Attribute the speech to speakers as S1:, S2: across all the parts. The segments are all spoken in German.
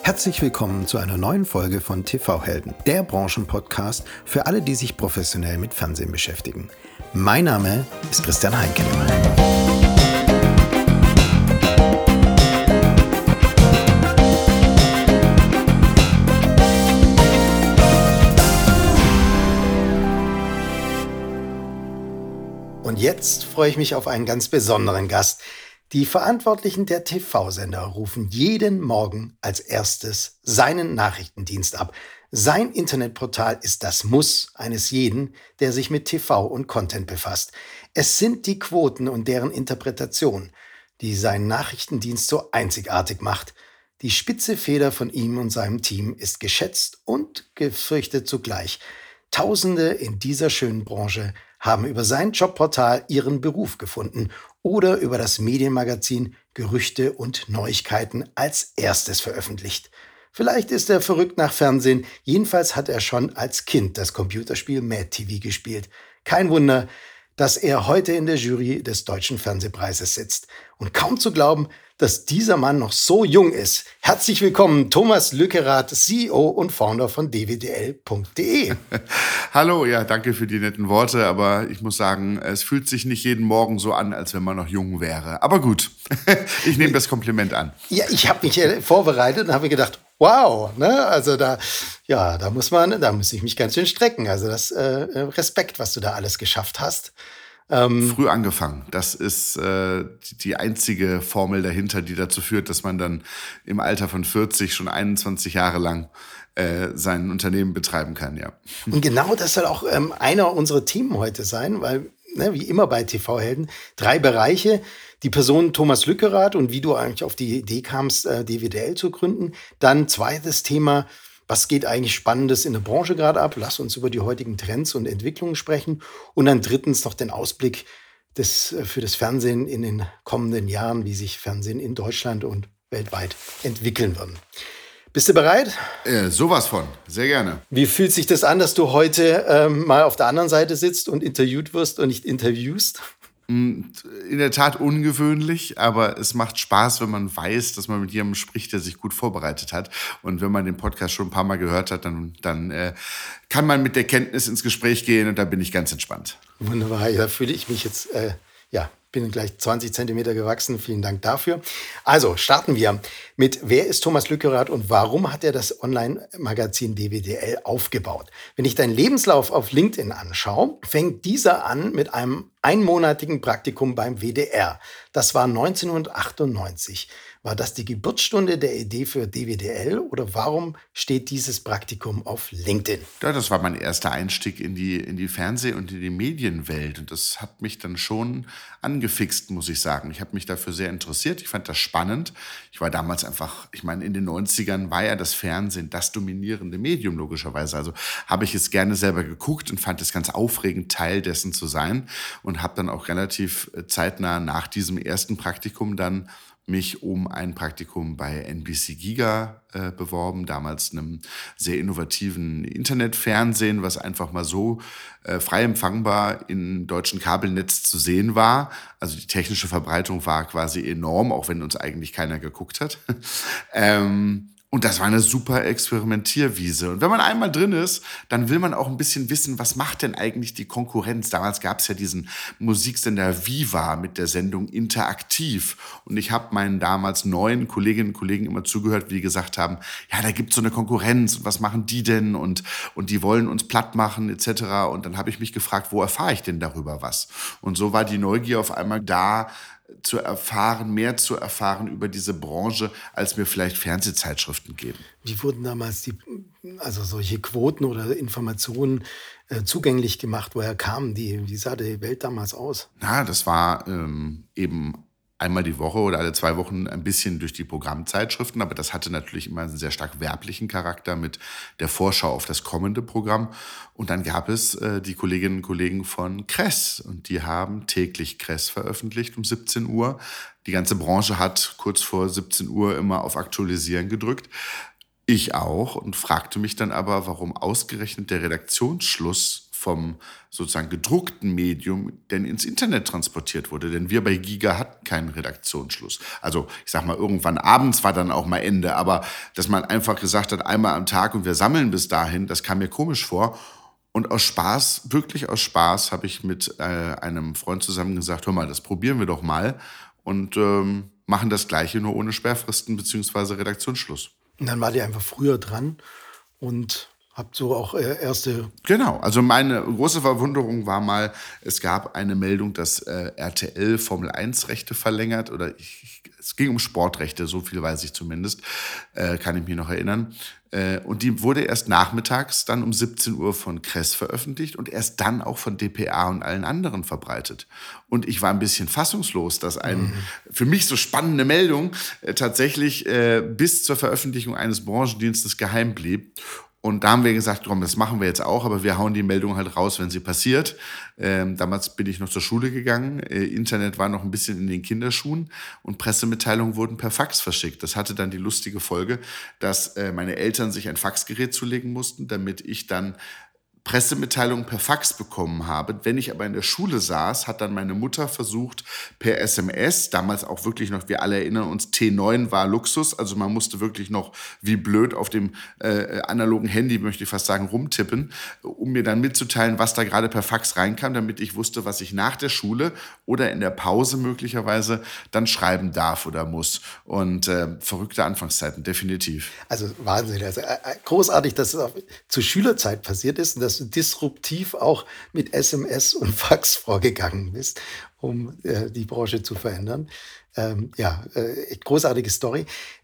S1: Herzlich willkommen zu einer neuen Folge von TV-Helden, der Branchenpodcast für alle, die sich professionell mit Fernsehen beschäftigen. Mein Name ist Christian Heinke. Und jetzt freue ich mich auf einen ganz besonderen Gast. Die Verantwortlichen der TV-Sender rufen jeden Morgen als erstes seinen Nachrichtendienst ab. Sein Internetportal ist das Muss eines jeden, der sich mit TV und Content befasst. Es sind die Quoten und deren Interpretation, die seinen Nachrichtendienst so einzigartig macht. Die spitze Feder von ihm und seinem Team ist geschätzt und gefürchtet zugleich. Tausende in dieser schönen Branche haben über sein Jobportal ihren Beruf gefunden oder über das Medienmagazin Gerüchte und Neuigkeiten als erstes veröffentlicht. Vielleicht ist er verrückt nach Fernsehen, jedenfalls hat er schon als Kind das Computerspiel Mad TV gespielt. Kein Wunder, dass er heute in der Jury des Deutschen Fernsehpreises sitzt. Und kaum zu glauben, dass dieser Mann noch so jung ist. Herzlich willkommen, Thomas Lückerath, CEO und Founder von dwdl.de.
S2: Hallo, ja, danke für die netten Worte, aber ich muss sagen, es fühlt sich nicht jeden Morgen so an, als wenn man noch jung wäre. Aber gut, ich nehme das Kompliment an.
S1: Ja, ich habe mich vorbereitet und habe gedacht, wow, ne? Also da muss ich mich ganz schön strecken. Also das Respekt, was du da alles geschafft hast.
S2: Früh angefangen. Das ist die einzige Formel dahinter, die dazu führt, dass man dann im Alter von 40 schon 21 Jahre lang sein Unternehmen betreiben kann, ja.
S1: Und genau das soll auch einer unserer Themen heute sein, weil, ne, wie immer bei TV-Helden, 3 Bereiche. Die Person Thomas Lückerath und wie du eigentlich auf die Idee kamst, dwdl zu gründen. Dann zweites Thema, was geht eigentlich Spannendes in der Branche gerade ab? Lass uns über die heutigen Trends und Entwicklungen sprechen. Und dann drittens noch den Ausblick für das Fernsehen in den kommenden Jahren, wie sich Fernsehen in Deutschland und weltweit entwickeln wird. Bist du bereit?
S2: Sowas von, sehr gerne.
S1: Wie fühlt sich das an, dass du heute mal auf der anderen Seite sitzt und interviewt wirst und nicht interviewst?
S2: In der Tat ungewöhnlich, aber es macht Spaß, wenn man weiß, dass man mit jemandem spricht, der sich gut vorbereitet hat. Und wenn man den Podcast schon ein paar Mal gehört hat, dann kann man mit der Kenntnis ins Gespräch gehen und da bin ich ganz entspannt.
S1: Wunderbar, da fühle ich mich jetzt, bin gleich 20 Zentimeter gewachsen. Vielen Dank dafür. Also starten wir mit, wer ist Thomas Lückerath und warum hat er das Online-Magazin dwdl aufgebaut? Wenn ich deinen Lebenslauf auf LinkedIn anschaue, fängt dieser an mit einem einmonatigen Praktikum beim WDR. Das war 1998. War das die Geburtsstunde der Idee für dwdl oder warum steht dieses Praktikum auf LinkedIn?
S2: Ja, das war mein erster Einstieg in die Fernseh- und in die Medienwelt. Und das hat mich dann schon angefixt, muss ich sagen. Ich habe mich dafür sehr interessiert. Ich fand das spannend. Ich war damals einfach, ich meine, in den 90ern war ja das Fernsehen das dominierende Medium, logischerweise. Also habe ich es gerne selber geguckt und fand es ganz aufregend, Teil dessen zu sein. Und habe dann auch relativ zeitnah nach diesem ersten Praktikum dann mich um ein Praktikum bei NBC Giga beworben, damals einem sehr innovativen Internetfernsehen, was einfach mal so frei empfangbar im deutschen Kabelnetz zu sehen war. Also die technische Verbreitung war quasi enorm, auch wenn uns eigentlich keiner geguckt hat. Und das war eine super Experimentierwiese. Und wenn man einmal drin ist, dann will man auch ein bisschen wissen, was macht denn eigentlich die Konkurrenz? Damals gab es ja diesen Musiksender Viva mit der Sendung Interaktiv. Und ich habe meinen damals neuen Kolleginnen und Kollegen immer zugehört, die gesagt haben, ja, da gibt's so eine Konkurrenz und was machen die denn? Und die wollen uns platt machen etc. Und dann habe ich mich gefragt, wo erfahre ich denn darüber was? Und so war die Neugier auf einmal da, mehr zu erfahren über diese Branche, als mir vielleicht Fernsehzeitschriften geben.
S1: Wie wurden damals solche Quoten oder Informationen zugänglich gemacht? Woher kamen die? Wie sah die Welt damals aus?
S2: Na, das war eben einmal die Woche oder alle 2 Wochen ein bisschen durch die Programmzeitschriften, aber das hatte natürlich immer einen sehr stark werblichen Charakter mit der Vorschau auf das kommende Programm. Und dann gab es die Kolleginnen und Kollegen von Kress und die haben täglich Kress veröffentlicht um 17 Uhr. Die ganze Branche hat kurz vor 17 Uhr immer auf Aktualisieren gedrückt. Ich auch und fragte mich dann aber, warum ausgerechnet der Redaktionsschluss vom sozusagen gedruckten Medium denn ins Internet transportiert wurde. Denn wir bei Giga hatten keinen Redaktionsschluss. Also ich sag mal, irgendwann abends war dann auch mal Ende. Aber dass man einfach gesagt hat, einmal am Tag und wir sammeln bis dahin, das kam mir komisch vor. Und aus Spaß, wirklich aus Spaß, habe ich mit einem Freund zusammen gesagt, hör mal, das probieren wir doch mal und machen das Gleiche, nur ohne Sperrfristen bzw. Redaktionsschluss.
S1: Und dann wart ihr einfach früher dran und habt so auch erste...
S2: Genau, also meine große Verwunderung war mal, es gab eine Meldung, dass RTL Formel-1-Rechte verlängert es ging um Sportrechte, so viel weiß ich zumindest, kann ich mich noch erinnern. Und die wurde erst nachmittags dann um 17 Uhr von Kress veröffentlicht und erst dann auch von dpa und allen anderen verbreitet. Und ich war ein bisschen fassungslos, dass eine für mich so spannende Meldung tatsächlich bis zur Veröffentlichung eines Branchendienstes geheim blieb. Und da haben wir gesagt, komm, das machen wir jetzt auch, aber wir hauen die Meldung halt raus, wenn sie passiert. Damals bin ich noch zur Schule gegangen. Internet war noch ein bisschen in den Kinderschuhen und Pressemitteilungen wurden per Fax verschickt. Das hatte dann die lustige Folge, dass meine Eltern sich ein Faxgerät zulegen mussten, damit ich dann Pressemitteilungen per Fax bekommen habe. Wenn ich aber in der Schule saß, hat dann meine Mutter versucht, per SMS, damals auch wirklich noch, wir alle erinnern uns, T9 war Luxus, also man musste wirklich noch wie blöd auf dem analogen Handy, möchte ich fast sagen, rumtippen, um mir dann mitzuteilen, was da gerade per Fax reinkam, damit ich wusste, was ich nach der Schule oder in der Pause möglicherweise dann schreiben darf oder muss. Und verrückte Anfangszeiten, definitiv.
S1: Also Wahnsinn, also großartig, dass es auch zur Schülerzeit passiert ist und dass du disruptiv auch mit SMS und Fax vorgegangen bist, um die Branche zu verändern. Echt großartige Story.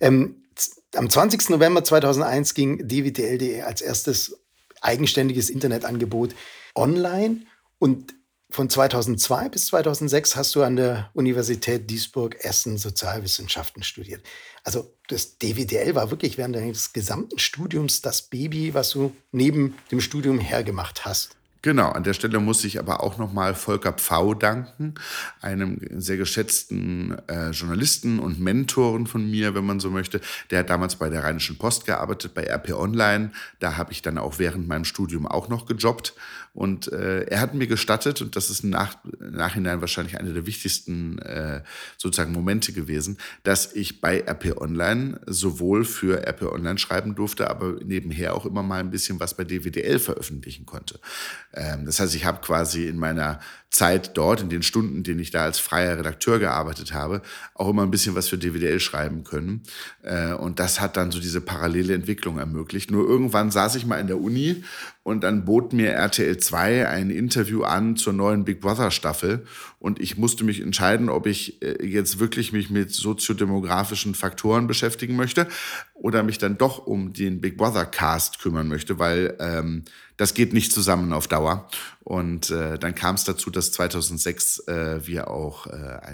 S1: Am 20. November 2001 ging dwdl.de als erstes eigenständiges Internetangebot online und von 2002 bis 2006 hast du an der Universität Duisburg-Essen Sozialwissenschaften studiert. Also das DWDL war wirklich während deines gesamten Studiums das Baby, was du neben dem Studium hergemacht hast.
S2: Genau, an der Stelle muss ich aber auch nochmal Volker Pfau danken, einem sehr geschätzten Journalisten und Mentoren von mir, wenn man so möchte. Der hat damals bei der Rheinischen Post gearbeitet, bei RP Online. Da habe ich dann auch während meinem Studium auch noch gejobbt. Und er hat mir gestattet, und das ist im Nachhinein wahrscheinlich einer der wichtigsten sozusagen Momente gewesen, dass ich bei RP Online sowohl für RP Online schreiben durfte, aber nebenher auch immer mal ein bisschen was bei DWDL veröffentlichen konnte. Das heißt, ich habe quasi in meiner Zeit dort, in den Stunden, in denen ich da als freier Redakteur gearbeitet habe, auch immer ein bisschen was für DWDL schreiben können. Und das hat dann so diese parallele Entwicklung ermöglicht. Nur irgendwann saß ich mal in der Uni und dann bot mir RTL 2 ein Interview an zur neuen Big Brother Staffel. Und ich musste mich entscheiden, ob ich jetzt wirklich mich mit soziodemografischen Faktoren beschäftigen möchte oder mich dann doch um den Big Brother Cast kümmern möchte, weil das geht nicht zusammen auf Dauer. Und dann kam es dazu, dass 2006 wir auch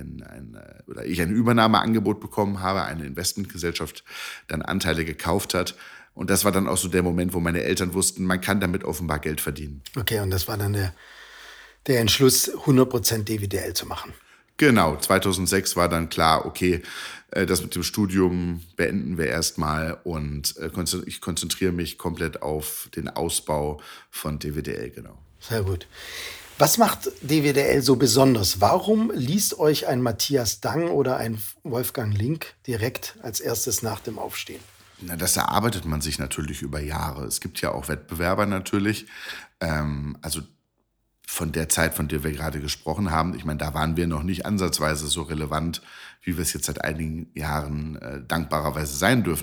S2: ich ein Übernahmeangebot bekommen habe, eine Investmentgesellschaft dann Anteile gekauft hat. Und das war dann auch so der Moment, wo meine Eltern wussten, man kann damit offenbar Geld verdienen.
S1: Okay, und das war dann der Entschluss, 100% DWDL zu machen.
S2: Genau, 2006 war dann klar, okay, das mit dem Studium beenden wir erstmal und ich konzentriere mich komplett auf den Ausbau von DWDL, genau.
S1: Sehr gut. Was macht DWDL so besonders? Warum liest euch ein Matthias Dang oder ein Wolfgang Link direkt als erstes nach dem Aufstehen?
S2: Na, das erarbeitet man sich natürlich über Jahre. Es gibt ja auch Wettbewerber natürlich. Also von der Zeit, von der wir gerade gesprochen haben, ich meine, da waren wir noch nicht ansatzweise so relevant, wie wir es jetzt seit einigen Jahren dankbarerweise sein dürfen.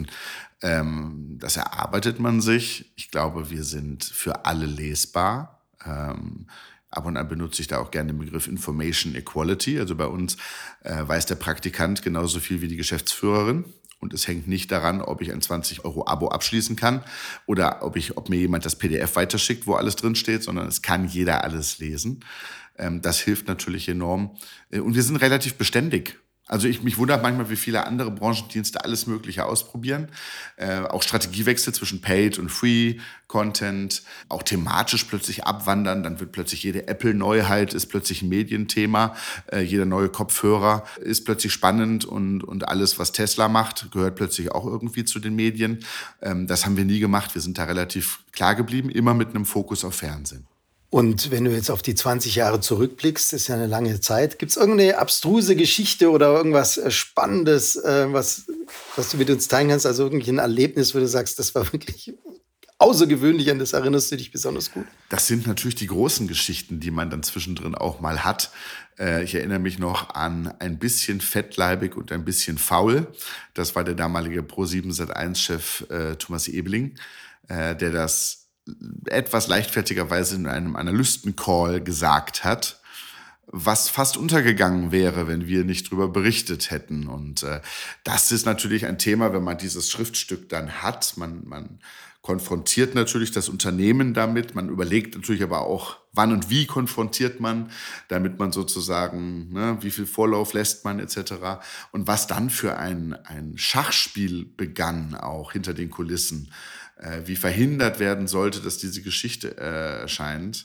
S2: Das erarbeitet man sich. Ich glaube, wir sind für alle lesbar. Ab und an benutze ich da auch gerne den Begriff Information Equality. Also bei uns weiß der Praktikant genauso viel wie die Geschäftsführerin. Und es hängt nicht daran, ob ich ein 20-Euro-Abo abschließen kann oder ob mir jemand das PDF weiterschickt, wo alles drinsteht, sondern es kann jeder alles lesen. Das hilft natürlich enorm. Und wir sind relativ beständig. Also mich wundert manchmal, wie viele andere Branchendienste alles Mögliche ausprobieren. Auch Strategiewechsel zwischen Paid und Free Content, auch thematisch plötzlich abwandern. Dann wird plötzlich jede Apple-Neuheit ist plötzlich ein Medienthema. Jeder neue Kopfhörer ist plötzlich spannend und alles, was Tesla macht, gehört plötzlich auch irgendwie zu den Medien. Das haben wir nie gemacht. Wir sind da relativ klar geblieben, immer mit einem Fokus auf Fernsehen.
S1: Und wenn du jetzt auf die 20 Jahre zurückblickst, ist ja eine lange Zeit, gibt es irgendeine abstruse Geschichte oder irgendwas Spannendes, was du mit uns teilen kannst? Also irgendein Erlebnis, wo du sagst, das war wirklich außergewöhnlich, an das erinnerst du dich besonders gut?
S2: Das sind natürlich die großen Geschichten, die man dann zwischendrin auch mal hat. Ich erinnere mich noch an Ein bisschen fettleibig und ein bisschen faul. Das war der damalige Pro7 Sat.1-Chef Thomas Ebeling, der das etwas leichtfertigerweise in einem Analystencall gesagt hat, was fast untergegangen wäre, wenn wir nicht drüber berichtet hätten. Und das ist natürlich ein Thema, wenn man dieses Schriftstück dann hat. Man konfrontiert natürlich das Unternehmen damit. Man überlegt natürlich aber auch, wann und wie konfrontiert man, damit man sozusagen, ne, wie viel Vorlauf lässt man etc. Und was dann für ein Schachspiel begann, auch hinter den Kulissen, wie verhindert werden sollte, dass diese Geschichte erscheint,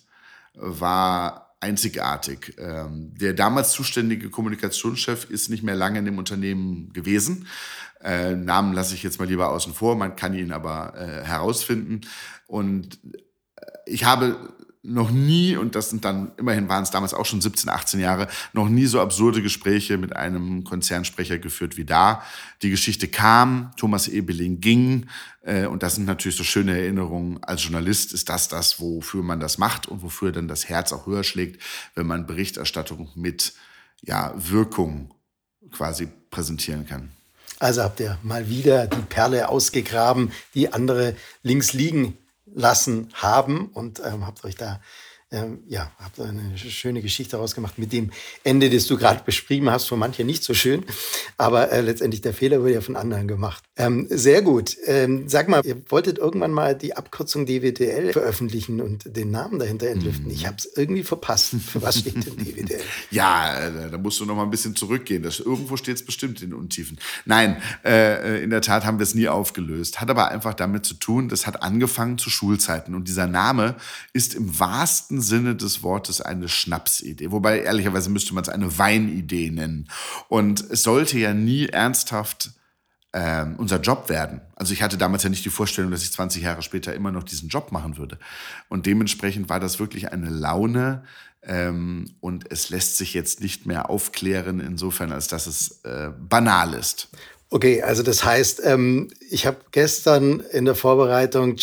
S2: war einzigartig. Der damals zuständige Kommunikationschef ist nicht mehr lange in dem Unternehmen gewesen. Namen lasse ich jetzt mal lieber außen vor, man kann ihn aber herausfinden. Und ich habe noch nie, und das sind dann, immerhin waren es damals auch schon 17, 18 Jahre, noch nie so absurde Gespräche mit einem Konzernsprecher geführt wie da. Die Geschichte kam, Thomas Ebeling ging, und das sind natürlich so schöne Erinnerungen. Als Journalist ist das, wofür man das macht und wofür dann das Herz auch höher schlägt, wenn man Berichterstattung mit Wirkung quasi präsentieren kann.
S1: Also habt ihr mal wieder die Perle ausgegraben, die andere links liegen lassen haben und habt euch da habt eine schöne Geschichte rausgemacht mit dem Ende, das du gerade beschrieben hast, für manche nicht so schön, aber letztendlich der Fehler wurde ja von anderen gemacht. Sehr gut. Sag mal, ihr wolltet irgendwann mal die Abkürzung DWDL veröffentlichen und den Namen dahinter entlüften. Ich habe es irgendwie verpasst. Für was steht denn DWDL?
S2: Ja, da musst du noch mal ein bisschen zurückgehen. Irgendwo steht es bestimmt in den Untiefen. Nein, in der Tat haben wir es nie aufgelöst. Hat aber einfach damit zu tun, das hat angefangen zu Schulzeiten. Und dieser Name ist im wahrsten Sinne des Wortes eine Schnapsidee. Wobei, ehrlicherweise müsste man es eine Weinidee nennen. Und es sollte ja nie ernsthaft unser Job werden. Also ich hatte damals ja nicht die Vorstellung, dass ich 20 Jahre später immer noch diesen Job machen würde. Und dementsprechend war das wirklich eine Laune. Und es lässt sich jetzt nicht mehr aufklären, insofern, als dass es banal ist.
S1: Okay, also das heißt, ich habe gestern in der Vorbereitung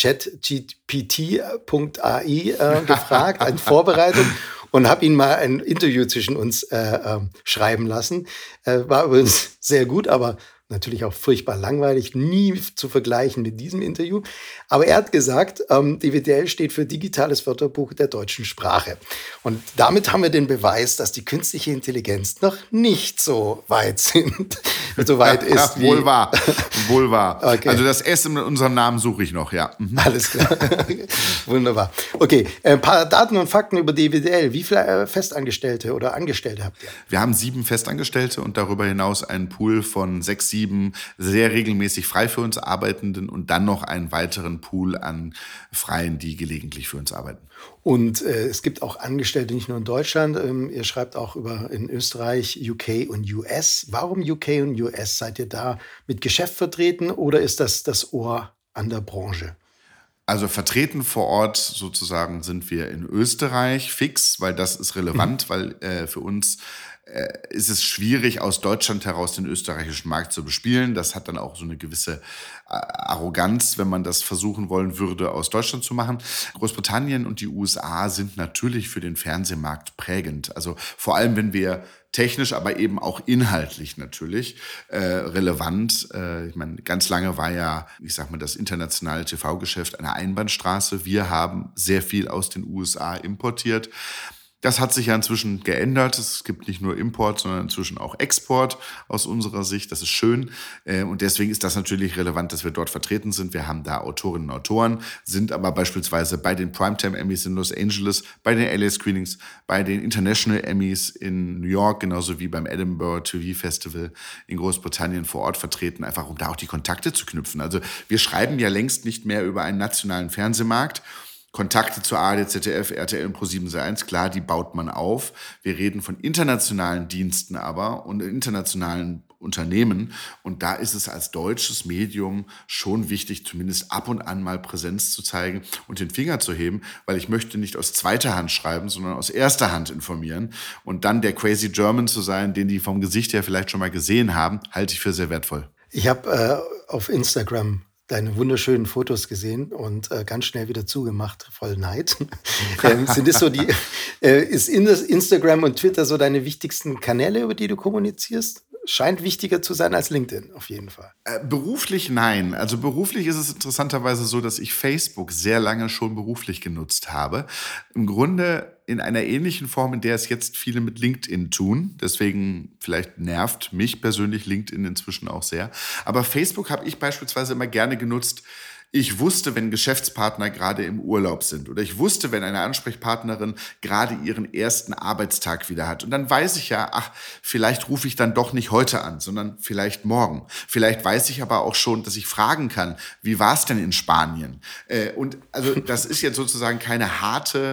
S1: ChatGPT.ai gefragt, in Vorbereitung, und habe ihn mal ein Interview zwischen uns schreiben lassen. War übrigens sehr gut, aber natürlich auch furchtbar langweilig, nie zu vergleichen mit diesem Interview. Aber er hat gesagt, DWDL steht für Digitales Wörterbuch der deutschen Sprache. Und damit haben wir den Beweis, dass die künstliche Intelligenz noch nicht so weit ist.
S2: Wohl wahr. Wohl wahr.
S1: Okay.
S2: Also das S in unserem Namen suche ich noch, ja.
S1: Alles klar. Wunderbar. Okay, ein paar Daten und Fakten über DWDL. Wie viele Festangestellte oder Angestellte habt ihr?
S2: Wir haben 7 Festangestellte und darüber hinaus einen Pool von 6, 7 sehr regelmäßig frei für uns Arbeitenden und dann noch einen weiteren Pool an Freien, die gelegentlich für uns arbeiten.
S1: Und es gibt auch Angestellte nicht nur in Deutschland. Ihr schreibt auch in Österreich, UK und US. Warum UK und US? Seid ihr da mit Geschäft vertreten oder ist das Ohr an der Branche?
S2: Also vertreten vor Ort sozusagen sind wir in Österreich fix, weil das ist relevant, weil für uns ist es schwierig, aus Deutschland heraus den österreichischen Markt zu bespielen. Das hat dann auch so eine gewisse Arroganz, wenn man das versuchen wollen würde, aus Deutschland zu machen. Großbritannien und die USA sind natürlich für den Fernsehmarkt prägend. Also vor allem, wenn wir technisch, aber eben auch inhaltlich natürlich relevant. Ich meine, ganz lange war ja, ich sag mal, das internationale TV-Geschäft eine Einbahnstraße. Wir haben sehr viel aus den USA importiert. Das hat sich ja inzwischen geändert. Es gibt nicht nur Import, sondern inzwischen auch Export aus unserer Sicht. Das ist schön. Und deswegen ist das natürlich relevant, dass wir dort vertreten sind. Wir haben da Autorinnen und Autoren, sind aber beispielsweise bei den Primetime Emmys in Los Angeles, bei den LA Screenings, bei den International Emmys in New York, genauso wie beim Edinburgh TV Festival in Großbritannien vor Ort vertreten, einfach um da auch die Kontakte zu knüpfen. Also wir schreiben ja längst nicht mehr über einen nationalen Fernsehmarkt, Kontakte zu ARD, ZDF, RTL und Pro7 klar, die baut man auf. Wir reden von internationalen Diensten aber und internationalen Unternehmen. Und da ist es als deutsches Medium schon wichtig, zumindest ab und an mal Präsenz zu zeigen und den Finger zu heben, weil ich möchte nicht aus zweiter Hand schreiben, sondern aus erster Hand informieren. Und dann der Crazy German zu sein, den die vom Gesicht her vielleicht schon mal gesehen haben, halte ich für sehr wertvoll.
S1: Ich habe auf Instagram deine wunderschönen Fotos gesehen und ganz schnell wieder zugemacht, voll Neid. Sind es so ist Instagram und Twitter so deine wichtigsten Kanäle, über die du kommunizierst? Scheint wichtiger zu sein als LinkedIn, auf jeden Fall.
S2: Beruflich nein. Also beruflich ist es interessanterweise so, dass ich Facebook sehr lange schon beruflich genutzt habe. Im Grunde in einer ähnlichen Form, in der es jetzt viele mit LinkedIn tun. Deswegen vielleicht nervt mich persönlich LinkedIn inzwischen auch sehr. Aber Facebook habe ich beispielsweise immer gerne genutzt. Ich wusste, wenn Geschäftspartner gerade im Urlaub sind oder ich wusste, wenn eine Ansprechpartnerin gerade ihren ersten Arbeitstag wieder hat. Und dann weiß ich ja, vielleicht rufe ich dann doch nicht heute an, sondern vielleicht morgen. Vielleicht weiß ich aber auch schon, dass ich fragen kann, wie war es denn in Spanien? Und also das ist jetzt sozusagen keine harten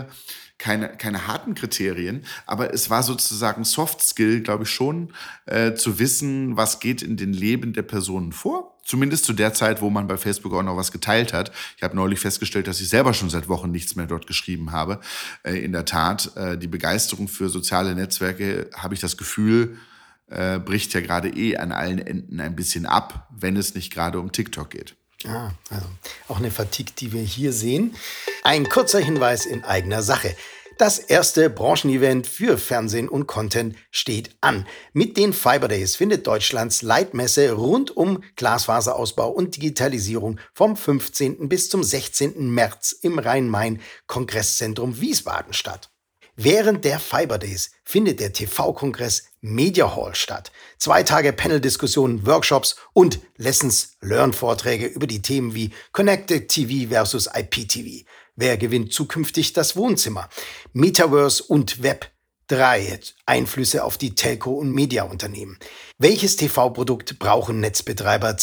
S2: Kriterien, aber es war sozusagen Soft Skill, glaube ich schon, zu wissen, was geht in den Leben der Personen vor. Zumindest zu der Zeit, wo man bei Facebook auch noch was geteilt hat. Ich habe neulich festgestellt, dass ich selber schon seit Wochen nichts mehr dort geschrieben habe. In der Tat, die Begeisterung für soziale Netzwerke, habe ich das Gefühl, bricht ja gerade an allen Enden ein bisschen ab, wenn es nicht gerade um TikTok geht.
S1: Also auch eine Fatigue, die wir hier sehen. Ein kurzer Hinweis in eigener Sache. Das erste Branchenevent für Fernsehen und Content steht an. Mit den Fiber Days findet Deutschlands Leitmesse rund um Glasfaserausbau und Digitalisierung vom 15. bis zum 16. März im Rhein-Main-Kongresszentrum Wiesbaden statt. Während der Fiber Days findet der TV-Kongress Media Hall statt. 2 Tage Panel-Diskussionen, Workshops und Lessons-Learn-Vorträge über die Themen wie Connected TV versus IPTV. Wer gewinnt zukünftig das Wohnzimmer? Metaverse und Web 3. Einflüsse auf die Telco- und Mediaunternehmen. Welches TV-Produkt brauchen Netzbetreiber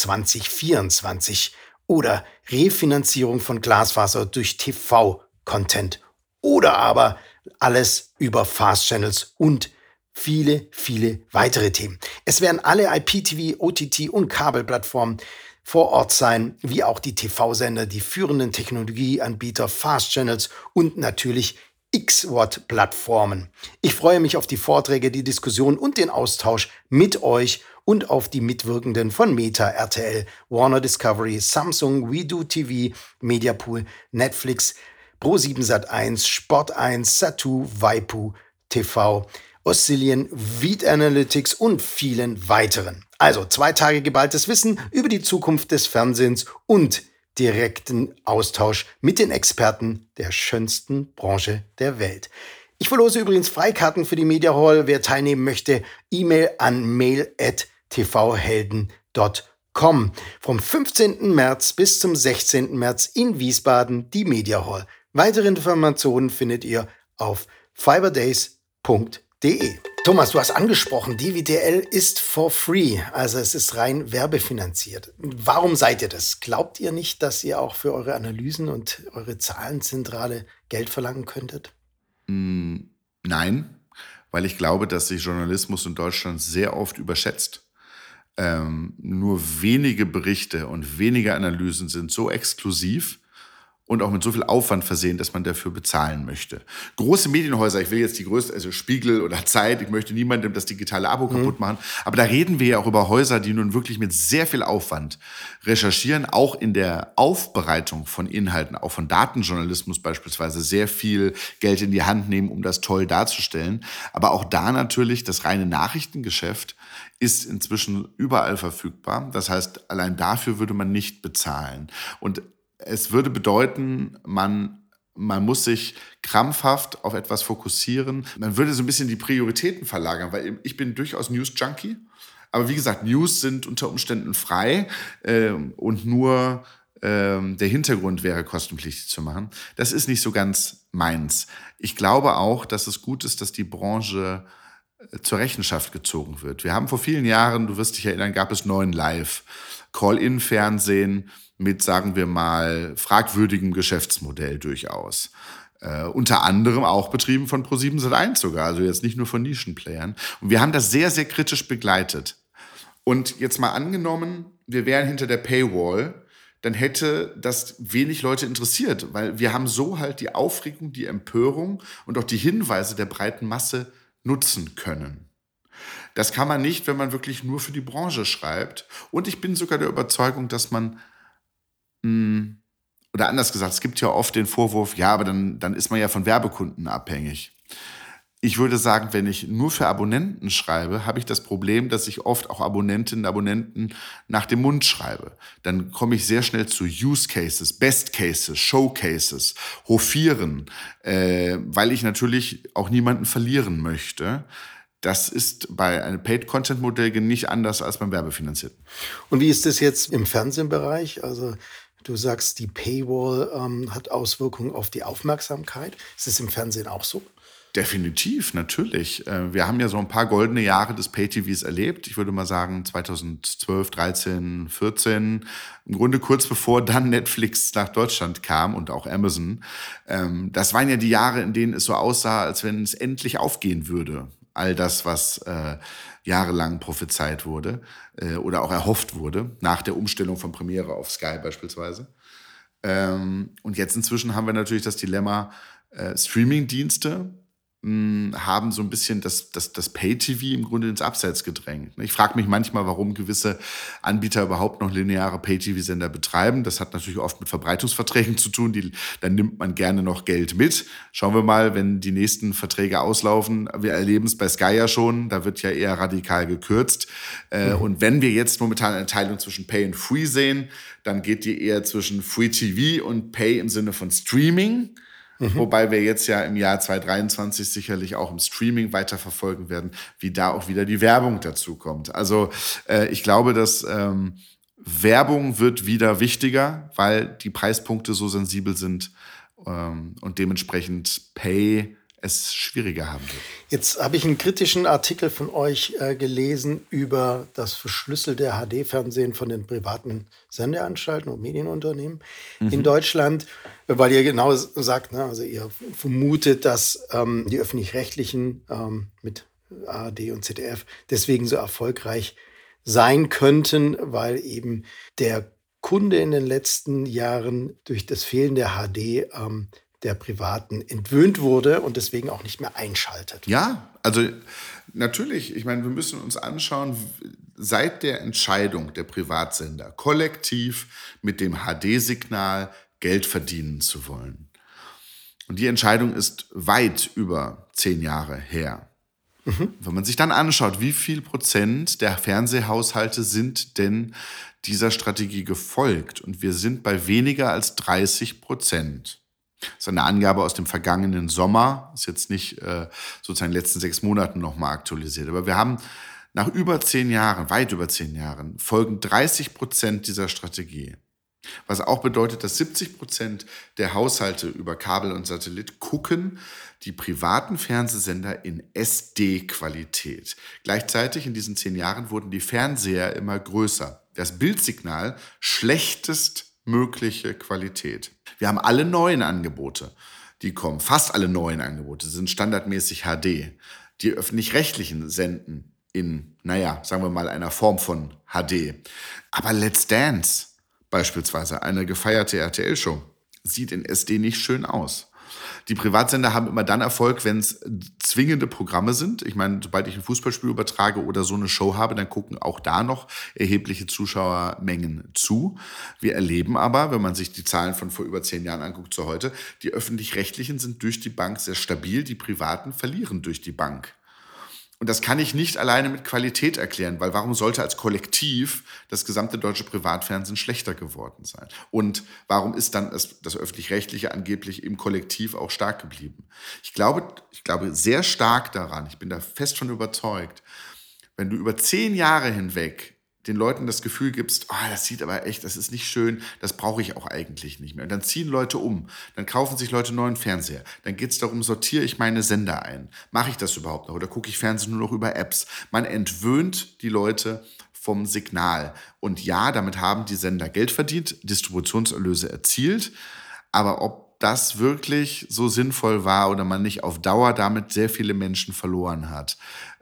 S1: 2024? Oder Refinanzierung von Glasfaser durch TV-Content. Oder aber alles über Fast Channels und viele, viele weitere Themen. Es werden alle IPTV, OTT und Kabelplattformen vor Ort sein, wie auch die TV-Sender, die führenden Technologieanbieter, Fast Channels und natürlich X-Watt-Plattformen. Ich freue mich auf die Vorträge, die Diskussion und den Austausch mit euch und auf die Mitwirkenden von Meta, RTL, Warner Discovery, Samsung, WeDo TV, Mediapool, Netflix, Pro7 Sat.1, Sport1, Satu, Waipu TV, Oscillion, Veed Analytics und vielen weiteren. Also 2 Tage geballtes Wissen über die Zukunft des Fernsehens und direkten Austausch mit den Experten der schönsten Branche der Welt. Ich verlose übrigens Freikarten für die Media Hall. Wer teilnehmen möchte, E-Mail an mail@tvhelden.com. Vom 15. März bis zum 16. März in Wiesbaden die Media Hall. Weitere Informationen findet ihr auf fiberdays.de. Thomas, du hast angesprochen, DWDL ist for free, also es ist rein werbefinanziert. Warum seid ihr das? Glaubt ihr nicht, dass ihr auch für eure Analysen und eure Zahlenzentrale Geld verlangen könntet?
S2: Nein, weil ich glaube, dass sich Journalismus in Deutschland sehr oft überschätzt. Nur wenige Berichte und wenige Analysen sind so exklusiv und auch mit so viel Aufwand versehen, dass man dafür bezahlen möchte. Große Medienhäuser, ich will jetzt die größten, also Spiegel oder Zeit, ich möchte niemandem das digitale Abo kaputt machen, aber da reden wir ja auch über Häuser, die nun wirklich mit sehr viel Aufwand recherchieren, auch in der Aufbereitung von Inhalten, auch von Datenjournalismus beispielsweise, sehr viel Geld in die Hand nehmen, um das toll darzustellen. Aber auch da natürlich das reine Nachrichtengeschäft ist inzwischen überall verfügbar. Das heißt, allein dafür würde man nicht bezahlen. Und es würde bedeuten, man muss sich krampfhaft auf etwas fokussieren. Man würde so ein bisschen die Prioritäten verlagern, weil ich bin durchaus News-Junkie. Aber wie gesagt, News sind unter Umständen frei und nur der Hintergrund wäre kostenpflichtig zu machen. Das ist nicht so ganz meins. Ich glaube auch, dass es gut ist, dass die Branche zur Rechenschaft gezogen wird. Wir haben vor vielen Jahren, du wirst dich erinnern, gab es 9 Live, Call-in-Fernsehen, mit, sagen wir mal, fragwürdigem Geschäftsmodell durchaus. Unter anderem auch betrieben von ProSiebenSat.1 sogar, also jetzt nicht nur von Nischenplayern. Und wir haben das sehr, sehr kritisch begleitet. Und jetzt mal angenommen, wir wären hinter der Paywall, dann hätte das wenig Leute interessiert, weil wir haben so halt die Aufregung, die Empörung und auch die Hinweise der breiten Masse nutzen können. Das kann man nicht, wenn man wirklich nur für die Branche schreibt. Und ich bin sogar der Überzeugung, dass man, oder anders gesagt, es gibt ja oft den Vorwurf, ja, aber dann ist man ja von Werbekunden abhängig. Ich würde sagen, wenn ich nur für Abonnenten schreibe, habe ich das Problem, dass ich oft auch Abonnentinnen und Abonnenten nach dem Mund schreibe. Dann komme ich sehr schnell zu Use Cases, Best Cases, Showcases, Hofieren, weil ich natürlich auch niemanden verlieren möchte. Das ist bei einem Paid-Content-Modell nicht anders als beim Werbefinanzierten.
S1: Und wie ist das jetzt im Fernsehbereich? Also du sagst, die Paywall hat Auswirkungen auf die Aufmerksamkeit. Ist es im Fernsehen auch so?
S2: Definitiv, natürlich. Wir haben ja so ein paar goldene Jahre des Pay-TVs erlebt. Ich würde mal sagen 2012, 13, 14. Im Grunde kurz bevor dann Netflix nach Deutschland kam und auch Amazon. Das waren ja die Jahre, in denen es so aussah, als wenn es endlich aufgehen würde. All das, was jahrelang prophezeit wurde oder auch erhofft wurde, nach der Umstellung von Premiere auf Sky beispielsweise. Und jetzt inzwischen haben wir natürlich das Dilemma, Streaming-Dienste haben so ein bisschen das Pay-TV im Grunde ins Abseits gedrängt. Ich frage mich manchmal, warum gewisse Anbieter überhaupt noch lineare Pay-TV-Sender betreiben. Das hat natürlich oft mit Verbreitungsverträgen zu tun. Dann nimmt man gerne noch Geld mit. Schauen wir mal, wenn die nächsten Verträge auslaufen. Wir erleben es bei Sky ja schon. Da wird ja eher radikal gekürzt. Und wenn wir jetzt momentan eine Teilung zwischen Pay und Free sehen, dann geht die eher zwischen Free TV und Pay im Sinne von Streaming. Wobei wir jetzt ja im Jahr 2023 sicherlich auch im Streaming weiterverfolgen werden, wie da auch wieder die Werbung dazu kommt. Also ich glaube, dass Werbung wird wieder wichtiger, weil die Preispunkte so sensibel sind und dementsprechend Pay es schwieriger haben wird.
S1: Jetzt habe ich einen kritischen Artikel von euch gelesen über das verschlüsselte HD-Fernsehen von den privaten Sendeanstalten und Medienunternehmen in Deutschland, weil ihr genau sagt, ne, also ihr vermutet, dass die Öffentlich-Rechtlichen mit ARD und ZDF deswegen so erfolgreich sein könnten, weil eben der Kunde in den letzten Jahren durch das Fehlen der HD der Privaten entwöhnt wurde und deswegen auch nicht mehr einschaltet.
S2: Ja, also natürlich, ich meine, wir müssen uns anschauen, seit der Entscheidung der Privatsender kollektiv mit dem HD-Signal Geld verdienen zu wollen. Und die Entscheidung ist weit über 10 Jahre her. Wenn man sich dann anschaut, wie viel Prozent der Fernsehhaushalte sind denn dieser Strategie gefolgt? Und wir sind bei weniger als 30%. Das ist eine Angabe aus dem vergangenen Sommer, ist jetzt nicht sozusagen in den letzten 6 Monaten nochmal aktualisiert. Aber wir haben nach über 10 Jahren, weit über 10 Jahren, folgen 30% dieser Strategie. Was auch bedeutet, dass 70% der Haushalte über Kabel und Satellit gucken die privaten Fernsehsender in SD-Qualität. Gleichzeitig in diesen 10 Jahren wurden die Fernseher immer größer. Das Bildsignal schlechtestmögliche Qualität. Wir haben alle neuen Angebote, die kommen. Fast alle neuen Angebote sind standardmäßig HD. Die öffentlich-rechtlichen senden in, sagen wir mal, einer Form von HD. Aber Let's Dance beispielsweise, eine gefeierte RTL-Show, sieht in SD nicht schön aus. Die Privatsender haben immer dann Erfolg, wenn es zwingende Programme sind. Ich meine, sobald ich ein Fußballspiel übertrage oder so eine Show habe, dann gucken auch da noch erhebliche Zuschauermengen zu. Wir erleben aber, wenn man sich die Zahlen von vor über 10 Jahren anguckt zu heute, die Öffentlich-Rechtlichen sind durch die Bank sehr stabil, die Privaten verlieren durch die Bank. Und das kann ich nicht alleine mit Qualität erklären, weil warum sollte als Kollektiv das gesamte deutsche Privatfernsehen schlechter geworden sein? Und warum ist dann das Öffentlich-Rechtliche angeblich im Kollektiv auch stark geblieben? Ich glaube sehr stark daran, ich bin da fest von überzeugt, wenn du über 10 Jahre hinweg den Leuten das Gefühl gibst, das sieht aber echt, das ist nicht schön, das brauche ich auch eigentlich nicht mehr. Und dann ziehen Leute um, dann kaufen sich Leute einen neuen Fernseher. Dann geht es darum, sortiere ich meine Sender ein? Mache ich das überhaupt noch oder gucke ich Fernsehen nur noch über Apps? Man entwöhnt die Leute vom Signal. Und ja, damit haben die Sender Geld verdient, Distributionserlöse erzielt. Aber ob das wirklich so sinnvoll war oder man nicht auf Dauer damit sehr viele Menschen verloren hat,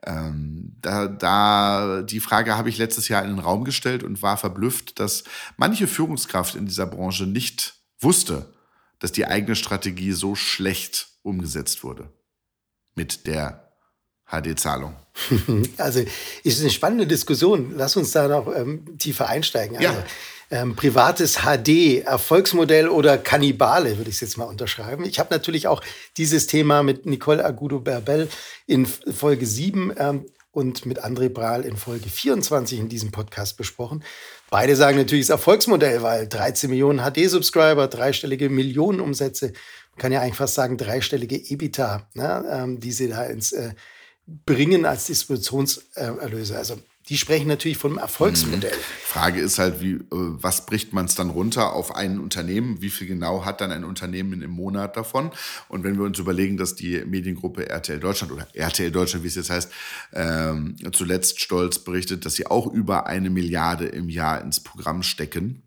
S2: die Frage habe ich letztes Jahr in den Raum gestellt und war verblüfft, dass manche Führungskraft in dieser Branche nicht wusste, dass die eigene Strategie so schlecht umgesetzt wurde mit der HD-Zahlung.
S1: Also ist eine spannende Diskussion. Lass uns da noch tiefer einsteigen. Also,
S2: Ja.
S1: Privates HD, Erfolgsmodell oder Kannibale, würde ich es jetzt mal unterschreiben. Ich habe natürlich auch dieses Thema mit Nicole Agudo-Berbel in Folge 7 und mit André Brahl in Folge 24 in diesem Podcast besprochen. Beide sagen natürlich das Erfolgsmodell, weil 13 Millionen HD-Subscriber, dreistellige Millionenumsätze, man kann ja eigentlich fast sagen dreistellige EBITDA, ne, die sie da ins bringen als Distributionserlöse. Also die sprechen natürlich vom Erfolgsmodell.
S2: Frage ist halt, was bricht man es dann runter auf ein Unternehmen? Wie viel genau hat dann ein Unternehmen im Monat davon? Und wenn wir uns überlegen, dass die Mediengruppe RTL Deutschland oder RTL Deutschland, wie es jetzt heißt, zuletzt stolz berichtet, dass sie auch über 1 Milliarde im Jahr ins Programm stecken,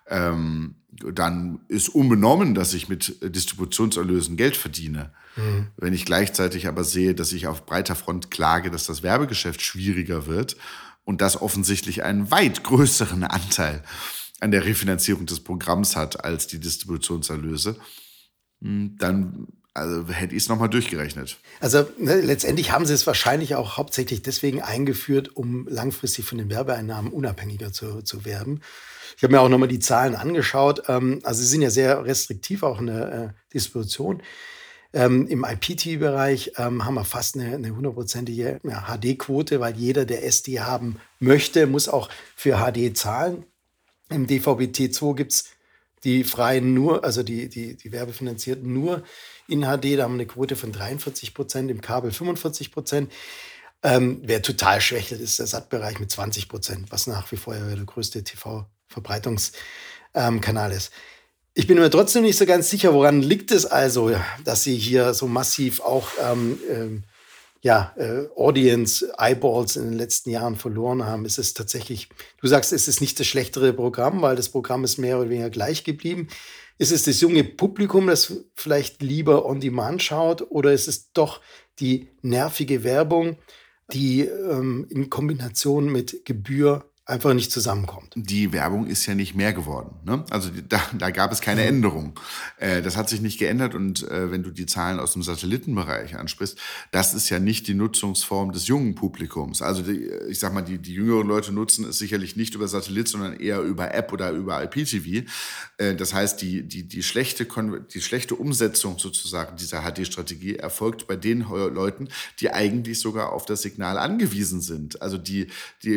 S2: dann ist unbenommen, dass ich mit Distributionserlösen Geld verdiene. Wenn ich gleichzeitig aber sehe, dass ich auf breiter Front klage, dass das Werbegeschäft schwieriger wird und das offensichtlich einen weit größeren Anteil an der Refinanzierung des Programms hat als die Distributionserlöse, dann hätte ich es nochmal durchgerechnet.
S1: Also letztendlich haben sie es wahrscheinlich auch hauptsächlich deswegen eingeführt, um langfristig von den Werbeeinnahmen unabhängiger zu werden. Ich habe mir auch nochmal die Zahlen angeschaut. Also sie sind ja sehr restriktiv auch in der Distribution. Im IPTV-Bereich haben wir fast eine 100%ige HD-Quote, weil jeder, der SD haben möchte, muss auch für HD zahlen. Im DVB-T2 gibt es die freien nur, also die werbefinanzierten nur in HD. Da haben wir eine Quote von 43%, im Kabel 45%. Wer total schwächelt, ist der SAT-Bereich mit 20%, was nach wie vor ja der größte TV-Verbreitungskanal ist. Ich bin mir trotzdem nicht so ganz sicher, woran liegt es also, dass sie hier so massiv auch Audience, Eyeballs in den letzten Jahren verloren haben. Ist es tatsächlich, du sagst, es ist nicht das schlechtere Programm, weil das Programm ist mehr oder weniger gleich geblieben. Ist es das junge Publikum, das vielleicht lieber on demand schaut, oder ist es doch die nervige Werbung, die in Kombination mit Gebühr einfach nicht zusammenkommt?
S2: Die Werbung ist ja nicht mehr geworden, ne? Also da gab es keine Änderung. Das hat sich nicht geändert. Und wenn du die Zahlen aus dem Satellitenbereich ansprichst, das ist ja nicht die Nutzungsform des jungen Publikums. Also ich sag mal, die jüngeren Leute nutzen es sicherlich nicht über Satellit, sondern eher über App oder über IPTV. Das heißt, die schlechte Umsetzung sozusagen dieser HD-Strategie erfolgt bei den Leuten, die eigentlich sogar auf das Signal angewiesen sind. Also die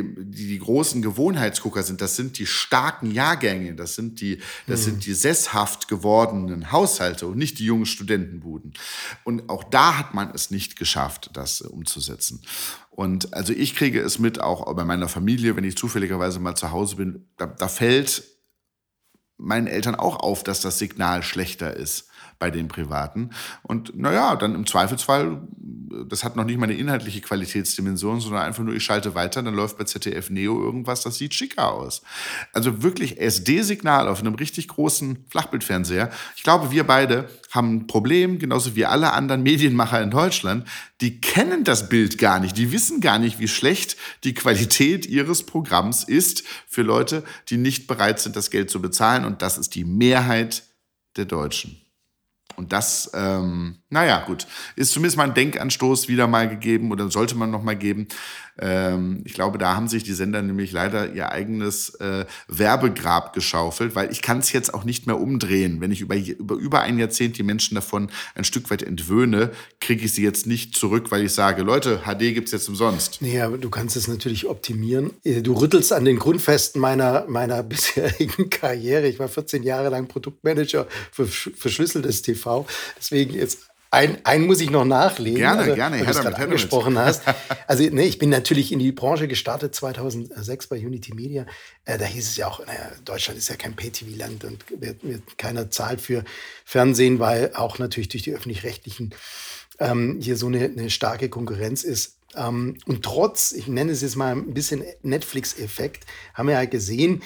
S2: großen Gewohnheitsgucker sind, das sind die starken Jahrgänge, das sind die sesshaft gewordenen Haushalte und nicht die jungen Studentenbuden. Und auch da hat man es nicht geschafft, das umzusetzen. Und also ich kriege es mit, auch bei meiner Familie, wenn ich zufälligerweise mal zu Hause bin, da fällt meinen Eltern auch auf, dass das Signal schlechter ist bei den Privaten. Und naja, dann im Zweifelsfall, das hat noch nicht mal eine inhaltliche Qualitätsdimension, sondern einfach nur, ich schalte weiter, dann läuft bei ZDF Neo irgendwas, das sieht schicker aus. Also wirklich SD-Signal auf einem richtig großen Flachbildfernseher. Ich glaube, wir beide haben ein Problem, genauso wie alle anderen Medienmacher in Deutschland. Die kennen das Bild gar nicht. Die wissen gar nicht, wie schlecht die Qualität ihres Programms ist für Leute, die nicht bereit sind, das Geld zu bezahlen. Und das ist die Mehrheit der Deutschen. Und das, gut, ist zumindest mal ein Denkanstoß wieder mal gegeben oder sollte man noch mal geben. Ich glaube, da haben sich die Sender nämlich leider ihr eigenes Werbegrab geschaufelt, weil ich kann es jetzt auch nicht mehr umdrehen. Wenn ich über ein Jahrzehnt die Menschen davon ein Stück weit entwöhne, kriege ich sie jetzt nicht zurück, weil ich sage, Leute, HD gibt's jetzt umsonst.
S1: Nee, aber du kannst es natürlich optimieren. Du rüttelst an den Grundfesten meiner bisherigen Karriere. Ich war 14 Jahre lang Produktmanager für verschlüsseltes TV. Deswegen jetzt einen muss ich noch nachlegen.
S2: Gerne,
S1: weil du es gerade angesprochen hast. Also ich bin natürlich in die Branche gestartet 2006 bei Unity Media. Da hieß es ja auch, Deutschland ist ja kein Pay-TV-Land und wird keiner zahlt für Fernsehen, weil auch natürlich durch die Öffentlich-Rechtlichen hier so eine starke Konkurrenz ist. Und trotz, ich nenne es jetzt mal ein bisschen Netflix-Effekt, haben wir ja gesehen,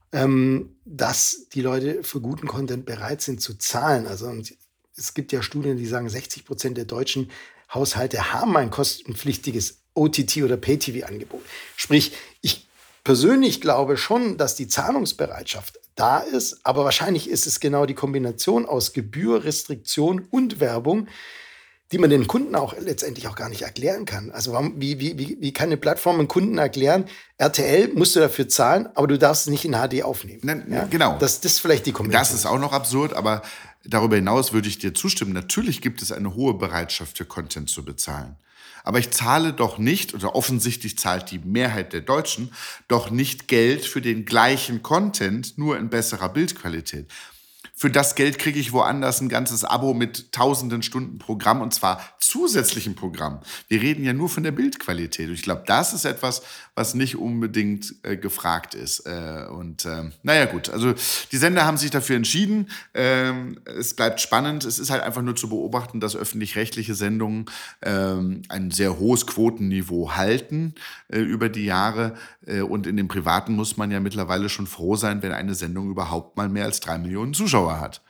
S1: dass die Leute für guten Content bereit sind zu zahlen. Also und es gibt ja Studien, die sagen, 60% der deutschen Haushalte haben ein kostenpflichtiges OTT- oder Pay-TV-Angebot. Sprich, ich persönlich glaube schon, dass die Zahlungsbereitschaft da ist, aber wahrscheinlich ist es genau die Kombination aus Gebühr, Restriktion und Werbung, die man den Kunden auch letztendlich auch gar nicht erklären kann. Also wie kann eine Plattform einem Kunden erklären, RTL musst du dafür zahlen, aber du darfst es nicht in HD aufnehmen. Ja?
S2: Genau.
S1: Das ist vielleicht die Kombination.
S2: Das ist auch noch absurd, aber darüber hinaus würde ich dir zustimmen. Natürlich gibt es eine hohe Bereitschaft für Content zu bezahlen. Aber ich zahle doch nicht, oder offensichtlich zahlt die Mehrheit der Deutschen, doch nicht Geld für den gleichen Content, nur in besserer Bildqualität. Für das Geld kriege ich woanders ein ganzes Abo mit tausenden Stunden Programm, und zwar zusätzlichem Programm. Wir reden ja nur von der Bildqualität. Und ich glaube, das ist etwas, was nicht unbedingt gefragt ist. Naja gut, also die Sender haben sich dafür entschieden. Es bleibt spannend. Es ist halt einfach nur zu beobachten, dass öffentlich-rechtliche Sendungen ein sehr hohes Quotenniveau halten über die Jahre. Und in den privaten muss man ja mittlerweile schon froh sein, wenn eine Sendung überhaupt mal mehr als 3 Millionen Zuschauer hat.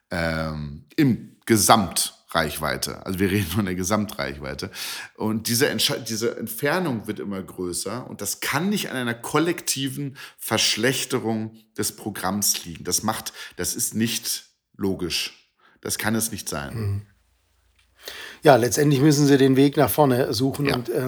S2: Im Gesamtreichweite. Also wir reden von der Gesamtreichweite. Und diese Entfernung wird immer größer. Und das kann nicht an einer kollektiven Verschlechterung des Programms liegen. Das ist nicht logisch. Das kann es nicht sein.
S1: Ja, letztendlich müssen sie den Weg nach vorne suchen
S2: Ja.
S1: und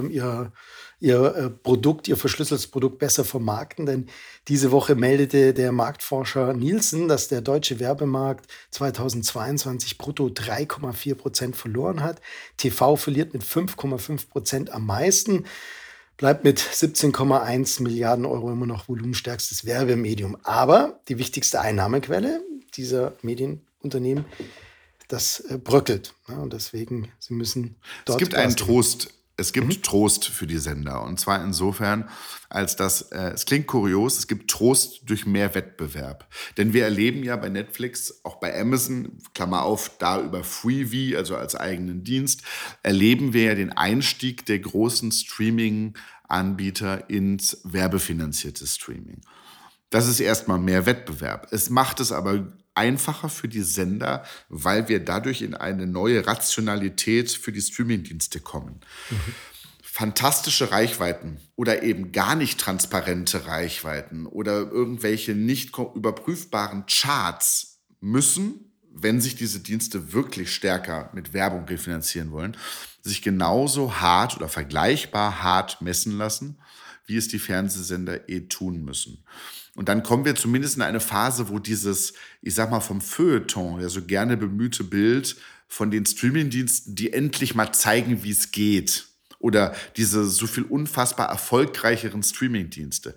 S1: ihr Produkt, ihr verschlüsseltes Produkt besser vermarkten. Denn diese Woche meldete der Marktforscher Nielsen, dass der deutsche Werbemarkt 2022 brutto 3,4% verloren hat. TV verliert mit 5,5% am meisten, bleibt mit 17,1 Milliarden Euro immer noch volumenstärkstes Werbemedium. Aber die wichtigste Einnahmequelle dieser Medienunternehmen, das bröckelt. Ja, und deswegen, sie müssen dort.
S2: Es gibt einen Trost. Es gibt Trost für die Sender. Und zwar insofern, als dass, es klingt kurios, es gibt Trost durch mehr Wettbewerb. Denn wir erleben ja bei Netflix, auch bei Amazon, Klammer auf, da über Freevee, also als eigenen Dienst, erleben wir ja den Einstieg der großen Streaming-Anbieter ins werbefinanzierte Streaming. Das ist erstmal mehr Wettbewerb. Es macht es aber einfacher für die Sender, weil wir dadurch in eine neue Rationalität für die Streamingdienste kommen. Fantastische Reichweiten oder eben gar nicht transparente Reichweiten oder irgendwelche nicht überprüfbaren Charts müssen, wenn sich diese Dienste wirklich stärker mit Werbung refinanzieren wollen, sich genauso hart oder vergleichbar hart messen lassen, wie es die Fernsehsender tun müssen. Und dann kommen wir zumindest in eine Phase, wo dieses, ich sag mal, vom Feuilleton, ja so gerne bemühte Bild von den Streamingdiensten, die endlich mal zeigen, wie es geht, oder diese so viel unfassbar erfolgreicheren Streamingdienste,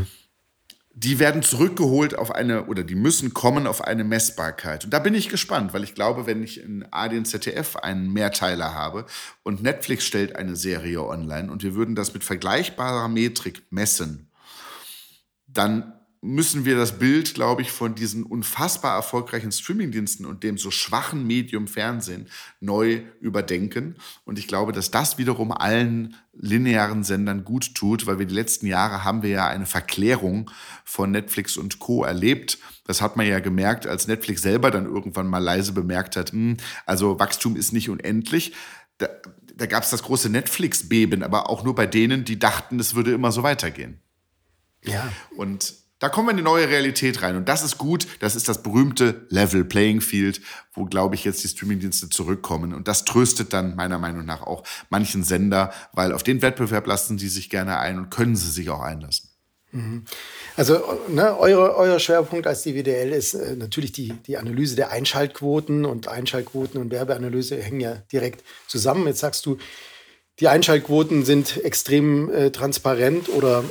S2: die werden zurückgeholt die müssen kommen auf eine Messbarkeit. Und da bin ich gespannt, weil ich glaube, wenn ich in ARD und ZDF einen Mehrteiler habe und Netflix stellt eine Serie online und wir würden das mit vergleichbarer Metrik messen, dann müssen wir das Bild, glaube ich, von diesen unfassbar erfolgreichen Streamingdiensten und dem so schwachen Medium Fernsehen neu überdenken. Und ich glaube, dass das wiederum allen linearen Sendern gut tut, weil wir die letzten Jahre haben wir ja eine Verklärung von Netflix und Co. erlebt. Das hat man ja gemerkt, als Netflix selber dann irgendwann mal leise bemerkt hat, also Wachstum ist nicht unendlich. Da gab es das große Netflix-Beben, aber auch nur bei denen, die dachten, es würde immer so weitergehen.
S1: Ja.
S2: Und da kommen wir in eine neue Realität rein. Und das ist gut. Das ist das berühmte Level Playing Field, wo, glaube ich, jetzt die Streamingdienste zurückkommen. Und das tröstet dann meiner Meinung nach auch manchen Sender, weil auf den Wettbewerb lassen sie sich gerne ein und können sie sich auch einlassen.
S1: Also euer Schwerpunkt als DWDL ist natürlich die Analyse der Einschaltquoten. Und Einschaltquoten und Werbeanalyse hängen ja direkt zusammen. Jetzt sagst du, die Einschaltquoten sind extrem transparent oder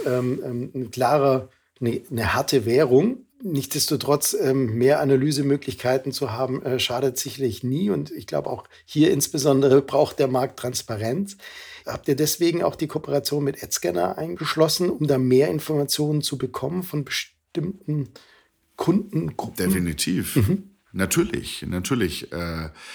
S1: eine harte Währung. Nichtsdestotrotz mehr Analysemöglichkeiten zu haben, schadet sicherlich nie. Und ich glaube auch hier insbesondere braucht der Markt Transparenz. Habt ihr deswegen auch die Kooperation mit AdScanner eingeschlossen, um da mehr Informationen zu bekommen von bestimmten Kundengruppen?
S2: Definitiv. Natürlich.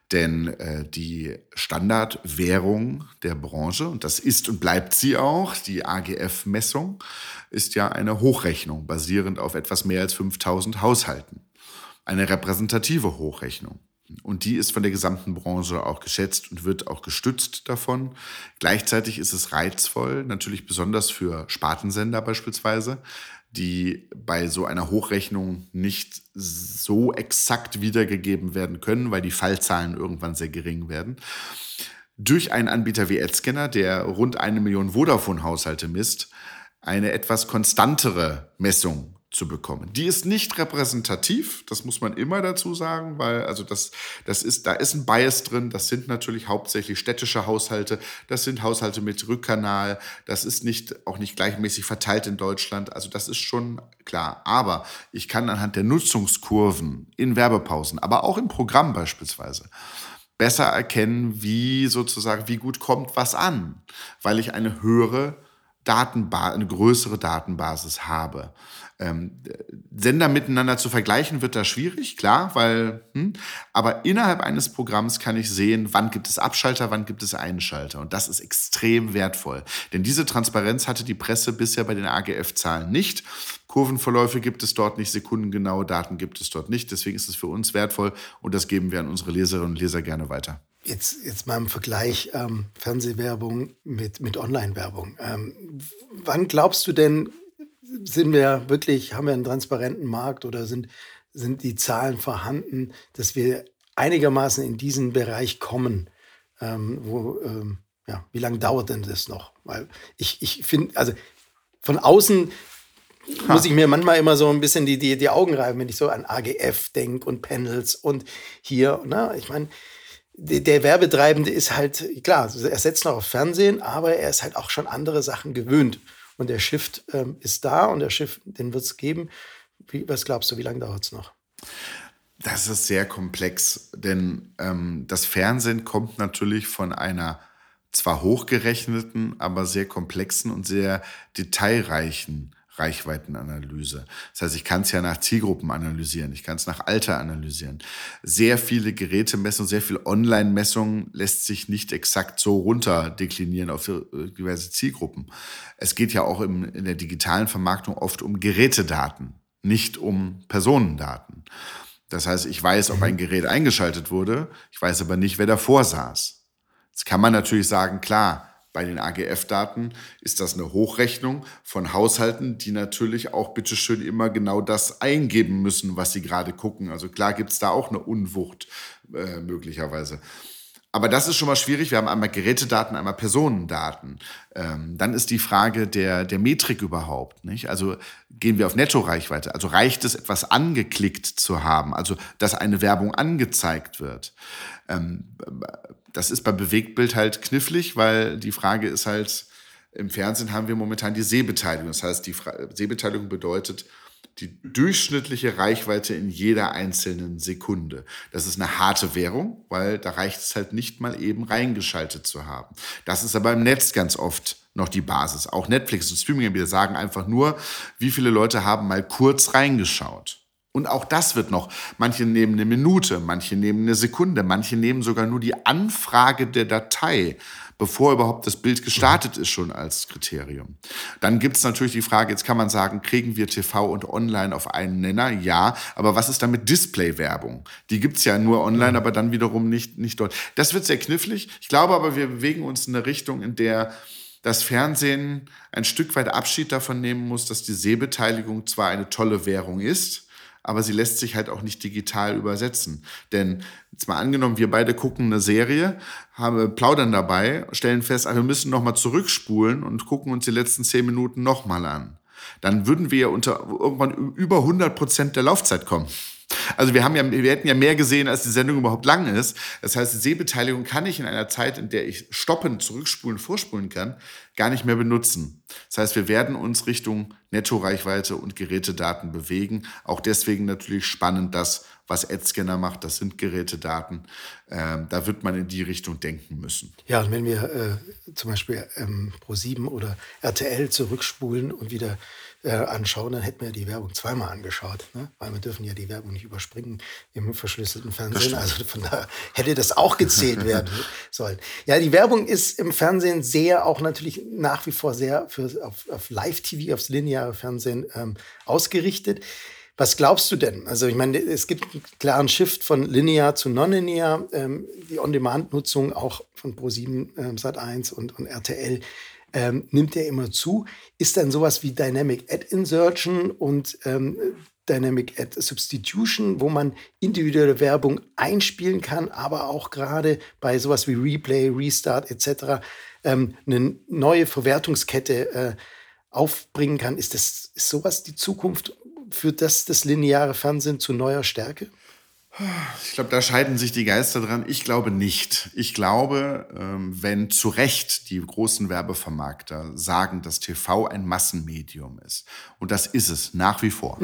S2: Denn die Standardwährung der Branche, und das ist und bleibt sie auch, die AGF-Messung, ist ja eine Hochrechnung basierend auf etwas mehr als 5.000 Haushalten. Eine repräsentative Hochrechnung. Und die ist von der gesamten Branche auch geschätzt und wird auch gestützt davon. Gleichzeitig ist es reizvoll, natürlich besonders für Spartensender beispielsweise, die bei so einer Hochrechnung nicht so exakt wiedergegeben werden können, weil die Fallzahlen irgendwann sehr gering werden. Durch einen Anbieter wie AdScanner, der rund 1 Million Vodafone-Haushalte misst, eine etwas konstantere Messung zu bekommen. Die ist nicht repräsentativ, das muss man immer dazu sagen, weil also da ist ein Bias drin, das sind natürlich hauptsächlich städtische Haushalte, das sind Haushalte mit Rückkanal, das ist auch nicht gleichmäßig verteilt in Deutschland, also das ist schon klar. Aber ich kann anhand der Nutzungskurven in Werbepausen, aber auch im Programm beispielsweise, besser erkennen, wie gut kommt was an, weil ich eine größere Datenbasis habe. Sender miteinander zu vergleichen wird da schwierig, klar, aber innerhalb eines Programms kann ich sehen, wann gibt es Abschalter, wann gibt es Einschalter. Und das ist extrem wertvoll. Denn diese Transparenz hatte die Presse bisher bei den AGF-Zahlen nicht. Kurvenverläufe gibt es dort nicht, sekundengenaue Daten gibt es dort nicht. Deswegen ist es für uns wertvoll und das geben wir an unsere Leserinnen und Leser gerne weiter.
S1: Jetzt mal im Vergleich Fernsehwerbung mit Online-Werbung. Wann glaubst du denn, haben wir einen transparenten Markt oder sind die Zahlen vorhanden, dass wir einigermaßen in diesen Bereich kommen? Wie lange dauert denn das noch? Weil ich finde, also von außen muss ich mir manchmal immer so ein bisschen die Augen reiben, wenn ich so an AGF denke und Panels und hier, ich meine, der Werbetreibende ist halt, klar, er setzt noch auf Fernsehen, aber er ist halt auch schon andere Sachen gewöhnt. Und der Shift ist da und der Shift, den wird es geben. Was glaubst du, wie lange dauert es noch?
S2: Das ist sehr komplex, denn das Fernsehen kommt natürlich von einer zwar hochgerechneten, aber sehr komplexen und sehr detailreichen Reichweitenanalyse. Das heißt, ich kann es ja nach Zielgruppen analysieren, ich kann es nach Alter analysieren. Sehr viele Gerätemessungen, sehr viel Online-Messungen lässt sich nicht exakt so runterdeklinieren auf diverse Zielgruppen. Es geht ja auch in der digitalen Vermarktung oft um Gerätedaten, nicht um Personendaten. Das heißt, ich weiß, ob ein Gerät eingeschaltet wurde, ich weiß aber nicht, wer davor saß. Jetzt kann man natürlich sagen, klar, bei den AGF-Daten ist das eine Hochrechnung von Haushalten, die natürlich auch bitteschön immer genau das eingeben müssen, was sie gerade gucken. Also klar gibt es da auch eine Unwucht möglicherweise. Aber das ist schon mal schwierig. Wir haben einmal Gerätedaten, einmal Personendaten. Dann ist die Frage der Metrik überhaupt, nicht? Also gehen wir auf Nettoreichweite. Also reicht es, etwas angeklickt zu haben? Also, dass eine Werbung angezeigt wird. Das ist beim Bewegtbild halt knifflig, weil die Frage ist halt, im Fernsehen haben wir momentan die Sehbeteiligung. Das heißt, die Sehbeteiligung bedeutet die durchschnittliche Reichweite in jeder einzelnen Sekunde. Das ist eine harte Währung, weil da reicht es halt nicht mal eben reingeschaltet zu haben. Das ist aber im Netz ganz oft noch die Basis. Auch Netflix und Streaming-Anbieter sagen einfach nur, wie viele Leute haben mal kurz reingeschaut. Und auch das wird noch, manche nehmen eine Minute, manche nehmen eine Sekunde, manche nehmen sogar nur die Anfrage der Datei, bevor überhaupt das Bild gestartet ist, schon als Kriterium. Dann gibt es natürlich die Frage, jetzt kann man sagen, kriegen wir TV und Online auf einen Nenner? Ja, aber was ist dann mit Display-Werbung? Die gibt es ja nur online, aber dann wiederum nicht dort. Das wird sehr knifflig. Ich glaube aber, wir bewegen uns in eine Richtung, in der das Fernsehen ein Stück weit Abschied davon nehmen muss, dass die Sehbeteiligung zwar eine tolle Währung ist, aber sie lässt sich halt auch nicht digital übersetzen. Denn jetzt mal angenommen, wir beide gucken eine Serie, plaudern dabei, stellen fest, wir müssen nochmal zurückspulen und gucken uns die letzten 10 Minuten nochmal an. Dann würden wir irgendwann über 100% der Laufzeit kommen. Also wir hätten ja mehr gesehen, als die Sendung überhaupt lang ist. Das heißt, die Sehbeteiligung kann ich in einer Zeit, in der ich stoppen, zurückspulen, vorspulen kann, gar nicht mehr benutzen. Das heißt, wir werden uns Richtung Nettoreichweite und Gerätedaten bewegen. Auch deswegen natürlich spannend das, was AdScanner macht, das sind Gerätedaten. Da wird man in die Richtung denken müssen.
S1: Ja, und wenn wir zum Beispiel Pro7 oder RTL zurückspulen und wieder anschauen, dann hätten wir die Werbung zweimal angeschaut, ne? Weil wir dürfen ja die Werbung nicht überspringen im verschlüsselten Fernsehen. Also von daher hätte das auch gezählt werden sollen. Ja, die Werbung ist im Fernsehen sehr, auch natürlich nach wie vor sehr auf Live-TV, aufs lineare Fernsehen ausgerichtet. Was glaubst du denn? Also ich meine, es gibt einen klaren Shift von linear zu non-linear. Die On-Demand-Nutzung auch von Pro7, Sat.1 und RTL nimmt ja immer zu. Ist dann sowas wie Dynamic Ad Insertion und Dynamic Ad Substitution, wo man individuelle Werbung einspielen kann, aber auch gerade bei sowas wie Replay, Restart etc. Eine neue Verwertungskette aufbringen kann? Ist sowas die Zukunft? Führt das lineare Fernsehen zu neuer Stärke?
S2: Ich glaube, da scheiden sich die Geister dran. Ich glaube nicht. Ich glaube, wenn zu Recht die großen Werbevermarkter sagen, dass TV ein Massenmedium ist, und das ist es nach wie vor,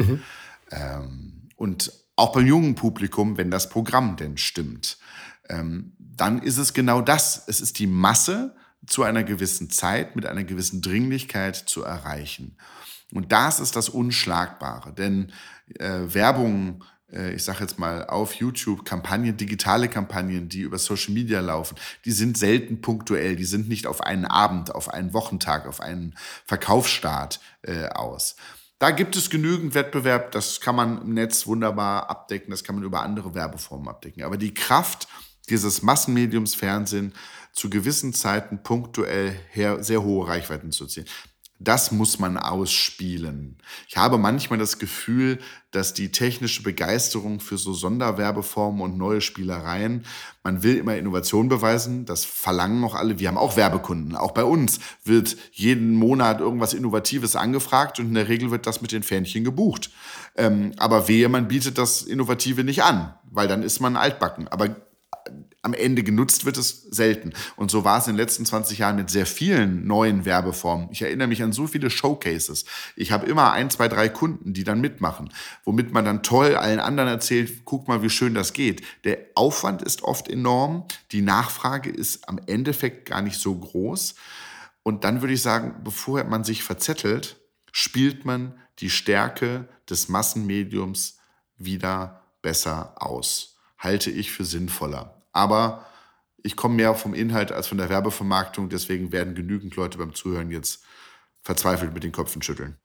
S2: und auch beim jungen Publikum, wenn das Programm denn stimmt, dann ist es genau das. Es ist die Masse zu einer gewissen Zeit mit einer gewissen Dringlichkeit zu erreichen. Und das ist das Unschlagbare, denn Werbung, ich sage jetzt mal auf YouTube, Kampagnen, digitale Kampagnen, die über Social Media laufen, die sind selten punktuell, die sind nicht auf einen Abend, auf einen Wochentag, auf einen Verkaufsstart aus. Da gibt es genügend Wettbewerb, das kann man im Netz wunderbar abdecken, das kann man über andere Werbeformen abdecken. Aber die Kraft dieses Massenmediums Fernsehen zu gewissen Zeiten punktuell sehr hohe Reichweiten zu ziehen, das muss man ausspielen. Ich habe manchmal das Gefühl, dass die technische Begeisterung für so Sonderwerbeformen und neue Spielereien, man will immer Innovation beweisen, das verlangen auch alle. Wir haben auch Werbekunden. Auch bei uns wird jeden Monat irgendwas Innovatives angefragt und in der Regel wird das mit den Fähnchen gebucht. Aber wehe, man bietet das Innovative nicht an, weil dann ist man altbacken. Aber am Ende genutzt wird es selten. Und so war es in den letzten 20 Jahren mit sehr vielen neuen Werbeformen. Ich erinnere mich an so viele Showcases. Ich habe immer 1, 2, 3 Kunden, die dann mitmachen, womit man dann toll allen anderen erzählt, guck mal, wie schön das geht. Der Aufwand ist oft enorm, die Nachfrage ist am Endeffekt gar nicht so groß. Und dann würde ich sagen, bevor man sich verzettelt, spielt man die Stärke des Massenmediums wieder besser aus. Halte ich für sinnvoller. Aber ich komme mehr vom Inhalt als von der Werbevermarktung. Deswegen werden genügend Leute beim Zuhören jetzt verzweifelt mit den Köpfen schütteln.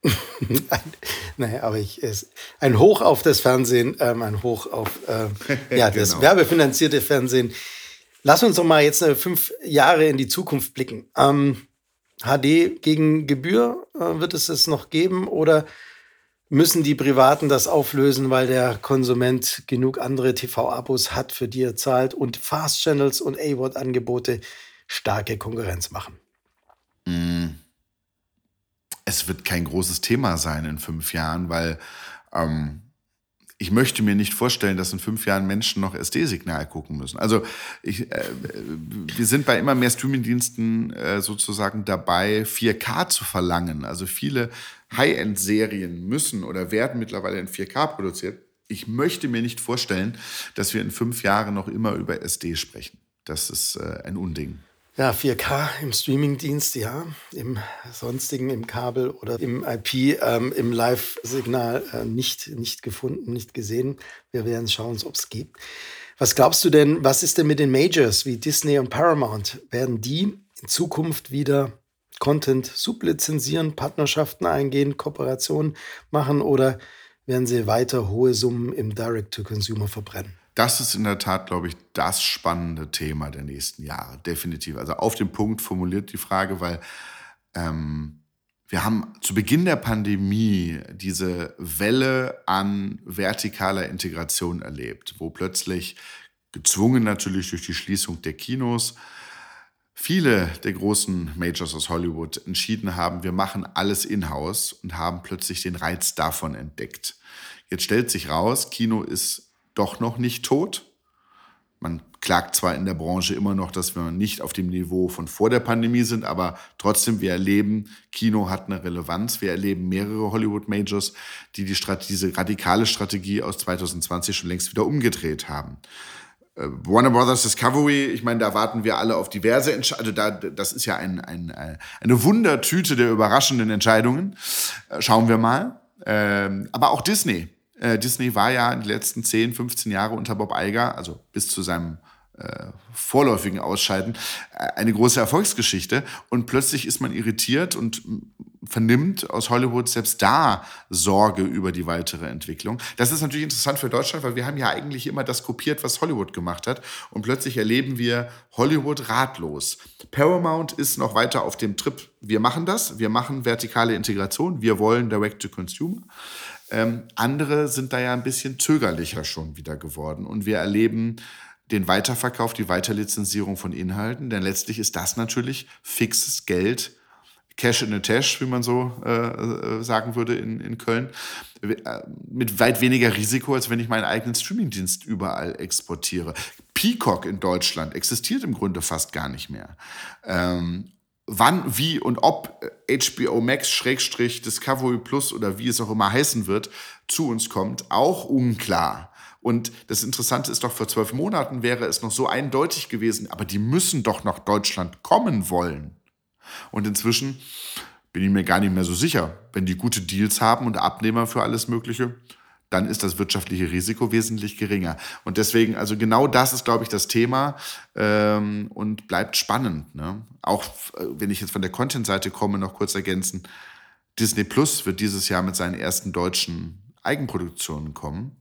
S1: Naja, aber ein Hoch auf das Fernsehen, ein Hoch auf das werbefinanzierte Fernsehen. Lass uns doch mal jetzt 5 Jahre in die Zukunft blicken. HD gegen Gebühr, wird es das noch geben oder müssen die Privaten das auflösen, weil der Konsument genug andere TV-Abos hat, für die er zahlt und Fast Channels und AVOD-Angebote starke Konkurrenz machen?
S2: Es wird kein großes Thema sein in 5 Jahren, weil ich möchte mir nicht vorstellen, dass in 5 Jahren Menschen noch SD-Signal gucken müssen. Also wir sind bei immer mehr Streamingdiensten sozusagen dabei, 4K zu verlangen. Also viele High-End-Serien müssen oder werden mittlerweile in 4K produziert. Ich möchte mir nicht vorstellen, dass wir in 5 Jahren noch immer über SD sprechen. Das ist ein Unding.
S1: Ja, 4K im Streamingdienst, ja, im sonstigen, im Kabel oder im IP, im Live-Signal nicht gefunden, nicht gesehen. Wir werden schauen, ob es gibt. Was glaubst du denn, was ist denn mit den Majors wie Disney und Paramount? Werden die in Zukunft wieder Content sublizenzieren, Partnerschaften eingehen, Kooperationen machen oder werden sie weiter hohe Summen im Direct-to-Consumer verbrennen?
S2: Das ist in der Tat, glaube ich, das spannende Thema der nächsten Jahre, definitiv. Also auf den Punkt formuliert die Frage, weil wir haben zu Beginn der Pandemie diese Welle an vertikaler Integration erlebt, wo plötzlich, gezwungen natürlich durch die Schließung der Kinos, viele der großen Majors aus Hollywood entschieden haben, wir machen alles in-house und haben plötzlich den Reiz davon entdeckt. Jetzt stellt sich raus, Kino ist doch noch nicht tot. Man klagt zwar in der Branche immer noch, dass wir nicht auf dem Niveau von vor der Pandemie sind, aber trotzdem, wir erleben, Kino hat eine Relevanz. Wir erleben mehrere Hollywood-Majors, die diese radikale Strategie aus 2020 schon längst wieder umgedreht haben. Warner Brothers Discovery, ich meine, da warten wir alle auf diverse Entscheidungen. Also das ist ja eine Wundertüte der überraschenden Entscheidungen. Schauen wir mal. Aber auch Disney. Disney war ja in den letzten 10, 15 Jahren unter Bob Iger, also bis zu seinem vorläufigen Ausscheiden, eine große Erfolgsgeschichte. Und plötzlich ist man irritiert und vernimmt aus Hollywood selbst da Sorge über die weitere Entwicklung. Das ist natürlich interessant für Deutschland, weil wir haben ja eigentlich immer das kopiert, was Hollywood gemacht hat. Und plötzlich erleben wir Hollywood ratlos. Paramount ist noch weiter auf dem Trip, wir machen das, wir machen vertikale Integration, wir wollen Direct-to-Consumer. Andere sind da ja ein bisschen zögerlicher schon wieder geworden. Und wir erleben den Weiterverkauf, die Weiterlizenzierung von Inhalten. Denn letztlich ist das natürlich fixes Geld, Cash in a Tash, wie man so sagen würde in Köln, mit weit weniger Risiko, als wenn ich meinen eigenen Streamingdienst überall exportiere. Peacock in Deutschland existiert im Grunde fast gar nicht mehr. Wann, wie und ob HBO Max / Discovery Plus oder wie es auch immer heißen wird, zu uns kommt, auch unklar. Und das Interessante ist doch, vor 12 Monaten wäre es noch so eindeutig gewesen, aber die müssen doch nach Deutschland kommen wollen. Und inzwischen bin ich mir gar nicht mehr so sicher. Wenn die gute Deals haben und Abnehmer für alles Mögliche, dann ist das wirtschaftliche Risiko wesentlich geringer. Und deswegen, also genau das ist, glaube ich, das Thema und bleibt spannend. Ne? Auch wenn ich jetzt von der Content-Seite komme, noch kurz ergänzen, Disney Plus wird dieses Jahr mit seinen ersten deutschen Eigenproduktionen kommen.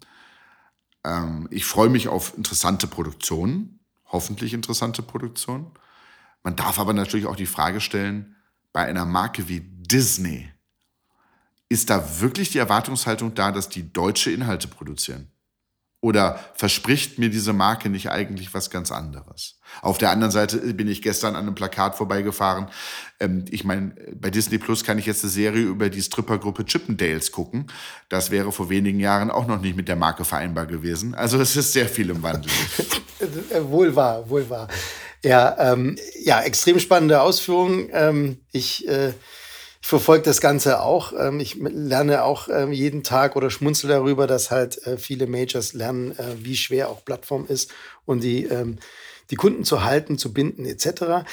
S2: Ich freue mich auf interessante Produktionen, hoffentlich interessante Produktionen. Man darf aber natürlich auch die Frage stellen, bei einer Marke wie Disney, ist da wirklich die Erwartungshaltung da, dass die deutsche Inhalte produzieren? Oder verspricht mir diese Marke nicht eigentlich was ganz anderes? Auf der anderen Seite bin ich gestern an einem Plakat vorbeigefahren. Ich meine, bei Disney Plus kann ich jetzt eine Serie über die Strippergruppe Chippendales gucken. Das wäre vor wenigen Jahren auch noch nicht mit der Marke vereinbar gewesen. Also es ist sehr viel im Wandel.
S1: Wohl wahr. Ja, extrem spannende Ausführungen. Ich verfolge das Ganze auch. Ich lerne auch jeden Tag oder schmunzel darüber, dass halt viele Majors lernen, wie schwer auch Plattform ist und die Kunden zu halten, zu binden etc.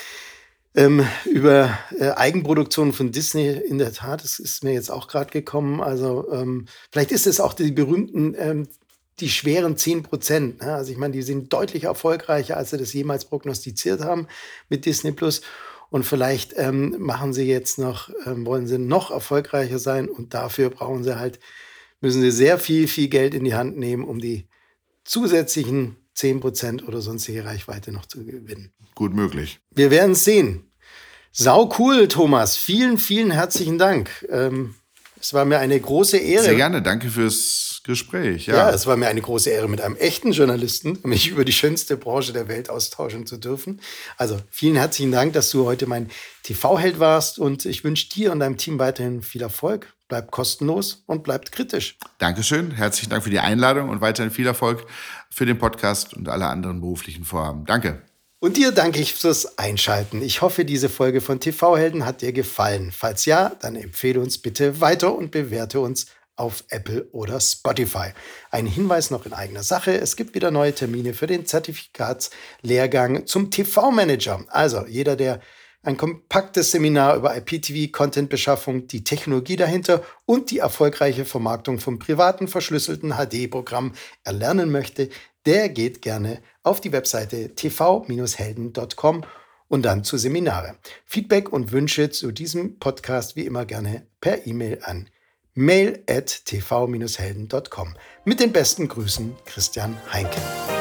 S1: Über Eigenproduktionen von Disney, in der Tat, das ist mir jetzt auch gerade gekommen. Also vielleicht ist es auch die berühmten, die schweren 10%. Ne? Also ich meine, die sind deutlich erfolgreicher, als sie das jemals prognostiziert haben mit Disney Plus. Und vielleicht wollen sie noch erfolgreicher sein und dafür müssen sie sehr viel Geld in die Hand nehmen, um die zusätzlichen 10% oder sonstige Reichweite noch zu gewinnen.
S2: Gut möglich.
S1: Wir werden es sehen. Sau cool, Thomas. Vielen herzlichen Dank. Es war mir eine große Ehre.
S2: Sehr gerne, danke fürs Gespräch.
S1: Ja, es war mir eine große Ehre, mit einem echten Journalisten mich über die schönste Branche der Welt austauschen zu dürfen. Also vielen herzlichen Dank, dass du heute mein TV-Held warst und ich wünsche dir und deinem Team weiterhin viel Erfolg. Bleibt kostenlos und bleibt kritisch.
S2: Dankeschön, herzlichen Dank für die Einladung und weiterhin viel Erfolg für den Podcast und alle anderen beruflichen Vorhaben. Danke.
S1: Und dir danke ich fürs Einschalten. Ich hoffe, diese Folge von TV-Helden hat dir gefallen. Falls ja, dann empfehle uns bitte weiter und bewerte uns auf Apple oder Spotify. Ein Hinweis noch in eigener Sache. Es gibt wieder neue Termine für den Zertifikatslehrgang zum TV-Manager. Also jeder, der ein kompaktes Seminar über IPTV, Contentbeschaffung, die Technologie dahinter und die erfolgreiche Vermarktung von privaten verschlüsselten HD-Programmen erlernen möchte, der geht gerne auf die Webseite tv-helden.com und dann zu Seminare. Feedback und Wünsche zu diesem Podcast wie immer gerne per E-Mail an mail@tv-helden.com. Mit den besten Grüßen, Christian Heinke.